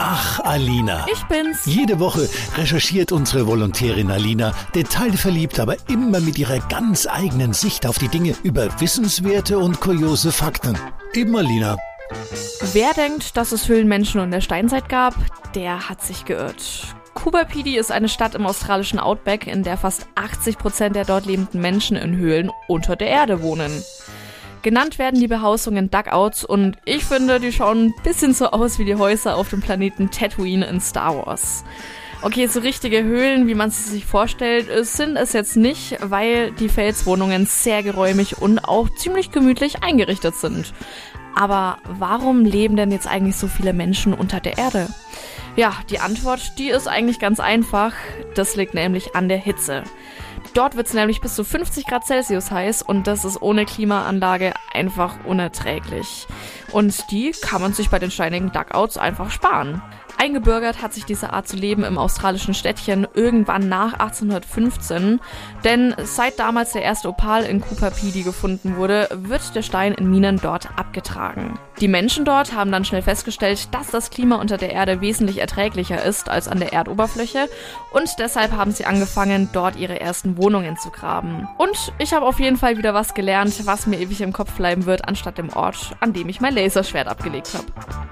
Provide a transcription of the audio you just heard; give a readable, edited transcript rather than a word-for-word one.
Ach, Alina. Ich bin's. Jede Woche recherchiert unsere Volontärin Alina, detailverliebt, aber immer mit ihrer ganz eigenen Sicht auf die Dinge über wissenswerte und kuriose Fakten. Eben Alina. Wer denkt, dass es Höhlenmenschen in der Steinzeit gab, der hat sich geirrt. Coober Pedy ist eine Stadt im australischen Outback, in der fast 80% der dort lebenden Menschen in Höhlen unter der Erde wohnen. Genannt werden die Behausungen Dugouts und ich finde, die schauen ein bisschen so aus wie die Häuser auf dem Planeten Tatooine in Star Wars. Okay, so richtige Höhlen, wie man sie sich vorstellt, sind es jetzt nicht, weil die Felswohnungen sehr geräumig und auch ziemlich gemütlich eingerichtet sind. Aber warum leben denn jetzt eigentlich so viele Menschen unter der Erde? Ja, die Antwort, die ist eigentlich ganz einfach. Das liegt nämlich an der Hitze. Dort wird es nämlich bis zu 50 Grad Celsius heiß und das ist ohne Klimaanlage einfach unerträglich. Und die kann man sich bei den steinigen Dugouts einfach sparen. Eingebürgert hat sich diese Art zu leben im australischen Städtchen irgendwann nach 1815, denn seit damals der erste Opal in Coober Pedy gefunden wurde, wird der Stein in Minen dort abgetragen. Die Menschen dort haben dann schnell festgestellt, dass das Klima unter der Erde wesentlich erträglicher ist als an der Erdoberfläche und deshalb haben sie angefangen, dort ihre ersten Wohnungen zu graben. Und ich habe auf jeden Fall wieder was gelernt, was mir ewig im Kopf bleiben wird, anstatt dem Ort, an dem ich mein Laserschwert abgelegt habe.